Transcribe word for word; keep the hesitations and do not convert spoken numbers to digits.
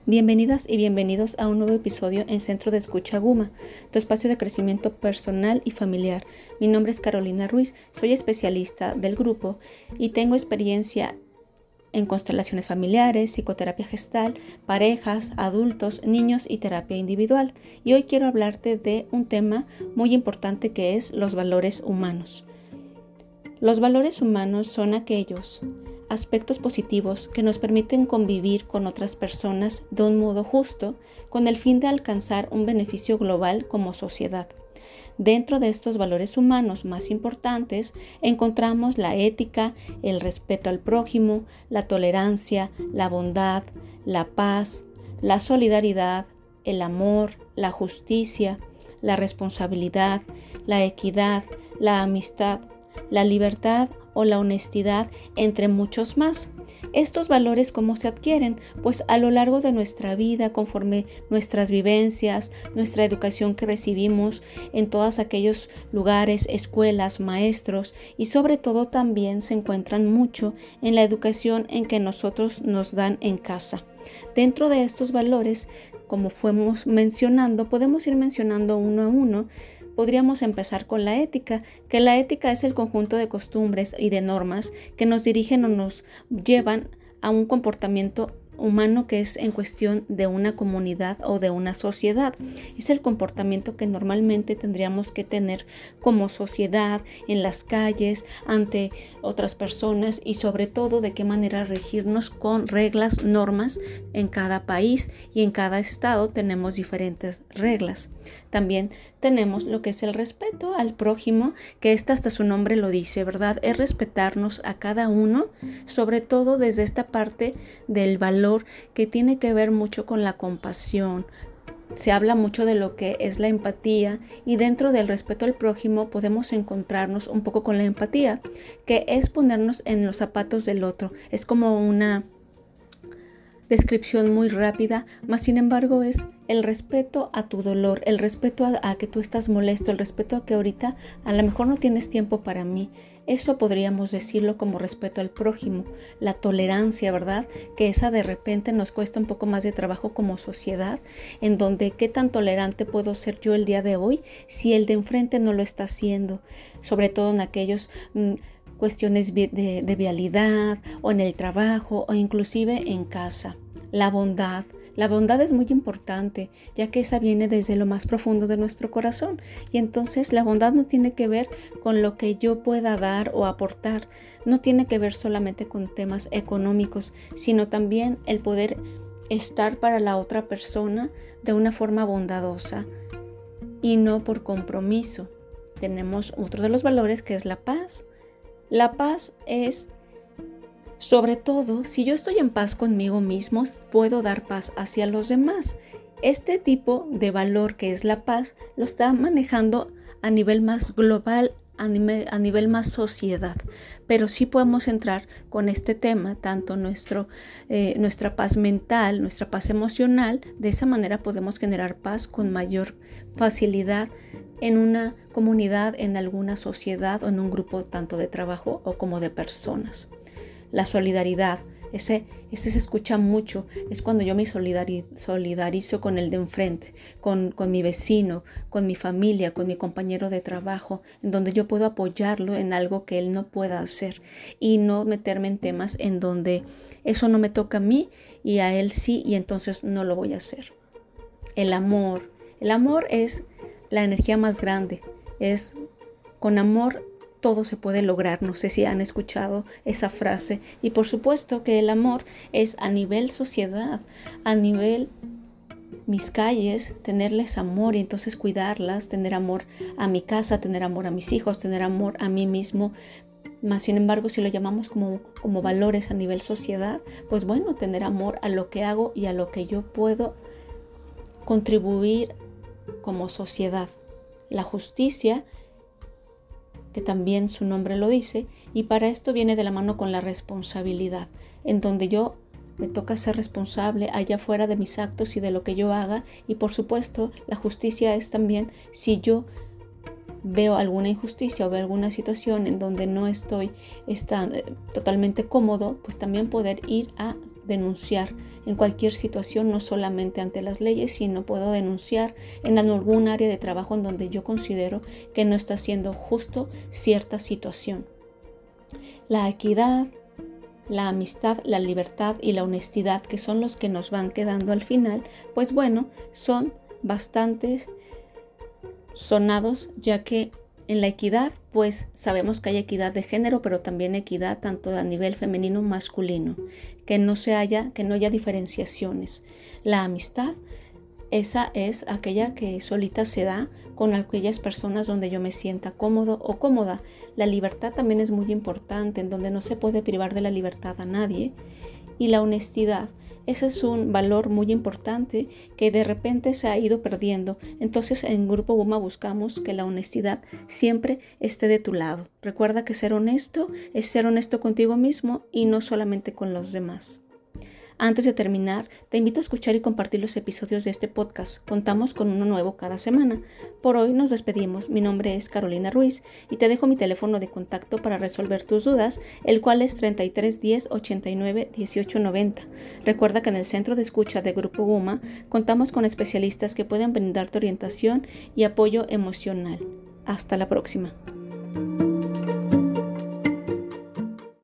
Bienvenidas y bienvenidos a un nuevo episodio en Centro de Escucha Guma, tu espacio de crecimiento personal y familiar. Mi nombre es Carolina Ruiz, soy especialista del grupo y tengo experiencia en constelaciones familiares, psicoterapia gestal, parejas, adultos, niños y terapia individual. Y hoy quiero hablarte de un tema muy importante que es los valores humanos. Los valores humanos son aquellos aspectos positivos que nos permiten convivir con otras personas de un modo justo con el fin de alcanzar un beneficio global como sociedad. Dentro de estos valores humanos más importantes encontramos la ética, el respeto al prójimo, la tolerancia, la bondad, la paz, la solidaridad, el amor, la justicia, la responsabilidad, la equidad, la amistad, la libertad o la honestidad, entre muchos más. Estos valores, ¿cómo se adquieren? Pues a lo largo de nuestra vida, conforme nuestras vivencias, nuestra educación que recibimos en todos aquellos lugares, escuelas, maestros, y sobre todo también se encuentran mucho en la educación en que nosotros nos dan en casa. Dentro de estos valores, como fuimos mencionando, podemos ir mencionando uno a uno. Podríamos empezar con la ética, que la ética es el conjunto de costumbres y de normas que nos dirigen o nos llevan a un comportamiento humano que es en cuestión de una comunidad o de una sociedad. Es el comportamiento que normalmente tendríamos que tener como sociedad, en las calles, ante otras personas y sobre todo de qué manera regirnos con reglas, normas. En cada país y en cada estado tenemos diferentes reglas. También tenemos lo que es el respeto al prójimo, que esta hasta su nombre lo dice, ¿verdad? Es respetarnos a cada uno, sobre todo desde esta parte del valor que tiene que ver mucho con la compasión. Se habla mucho de lo que es la empatía y dentro del respeto al prójimo podemos encontrarnos un poco con la empatía, que es ponernos en los zapatos del otro. Es como una descripción muy rápida, mas sin embargo es el respeto a tu dolor, el respeto a, a que tú estás molesto, el respeto a que ahorita a lo mejor no tienes tiempo para mí. Eso podríamos decirlo como respeto al prójimo. La tolerancia, ¿verdad? Que esa de repente nos cuesta un poco más de trabajo como sociedad, en donde qué tan tolerante puedo ser yo el día de hoy si el de enfrente no lo está haciendo, sobre todo en aquellos mmm, cuestiones de, de vialidad o en el trabajo o inclusive en casa. La bondad. La bondad es muy importante, ya que esa viene desde lo más profundo de nuestro corazón. Y entonces la bondad no tiene que ver con lo que yo pueda dar o aportar. No tiene que ver solamente con temas económicos, sino también el poder estar para la otra persona de una forma bondadosa y no por compromiso. Tenemos otro de los valores que es la paz. La paz es, sobre todo, si yo estoy en paz conmigo mismo, puedo dar paz hacia los demás. Este tipo de valor que es la paz lo está manejando a nivel más global, a nivel, a nivel más sociedad. Pero sí podemos entrar con este tema, tanto nuestro, eh, nuestra paz mental, nuestra paz emocional. De esa manera podemos generar paz con mayor facilidad en una comunidad, en alguna sociedad o en un grupo tanto de trabajo o como de personas. La solidaridad, ese, ese se escucha mucho, es cuando yo me solidari- solidarizo con el de enfrente, con, con mi vecino, con mi familia, con mi compañero de trabajo, en donde yo puedo apoyarlo en algo que él no pueda hacer y no meterme en temas en donde eso no me toca a mí y a él sí, y entonces no lo voy a hacer. El amor, el amor es la energía más grande, es con amor todo se puede lograr. No sé si han escuchado esa frase. Y por supuesto que el amor es a nivel sociedad, a nivel mis calles, tenerles amor y entonces cuidarlas, tener amor a mi casa, tener amor a mis hijos, tener amor a mí mismo. Más sin embargo, si lo llamamos como, como valores a nivel sociedad, pues bueno, tener amor a lo que hago y a lo que yo puedo contribuir como sociedad. La justicia, que también su nombre lo dice, y para esto viene de la mano con la responsabilidad, en donde yo me toca ser responsable allá fuera de mis actos y de lo que yo haga, y por supuesto la justicia es también si yo veo alguna injusticia o veo alguna situación en donde no estoy está, totalmente cómodo, pues también poder ir a denunciar en cualquier situación, no solamente ante las leyes, sino puedo denunciar en algún área de trabajo en donde yo considero que no está siendo justo cierta situación. La equidad, la amistad, la libertad y la honestidad, que son los que nos van quedando al final, pues bueno, son bastante sonados, ya que en la equidad, pues sabemos que hay equidad de género, pero también equidad tanto a nivel femenino masculino, que no se haya, que no haya diferenciaciones. La amistad, esa es aquella que solita se da con aquellas personas donde yo me sienta cómodo o cómoda. La libertad también es muy importante, en donde no se puede privar de la libertad a nadie. Y la honestidad, ese es un valor muy importante que de repente se ha ido perdiendo. Entonces en Grupo Guma buscamos que la honestidad siempre esté de tu lado. Recuerda que ser honesto es ser honesto contigo mismo y no solamente con los demás. Antes de terminar, te invito a escuchar y compartir los episodios de este podcast. Contamos con uno nuevo cada semana. Por hoy nos despedimos. Mi nombre es Carolina Ruiz y te dejo mi teléfono de contacto para resolver tus dudas, el cual es treinta y tres diez ochenta y nueve dieciocho noventa. Recuerda que en el Centro de Escucha de Grupo Guma contamos con especialistas que pueden brindarte orientación y apoyo emocional. Hasta la próxima.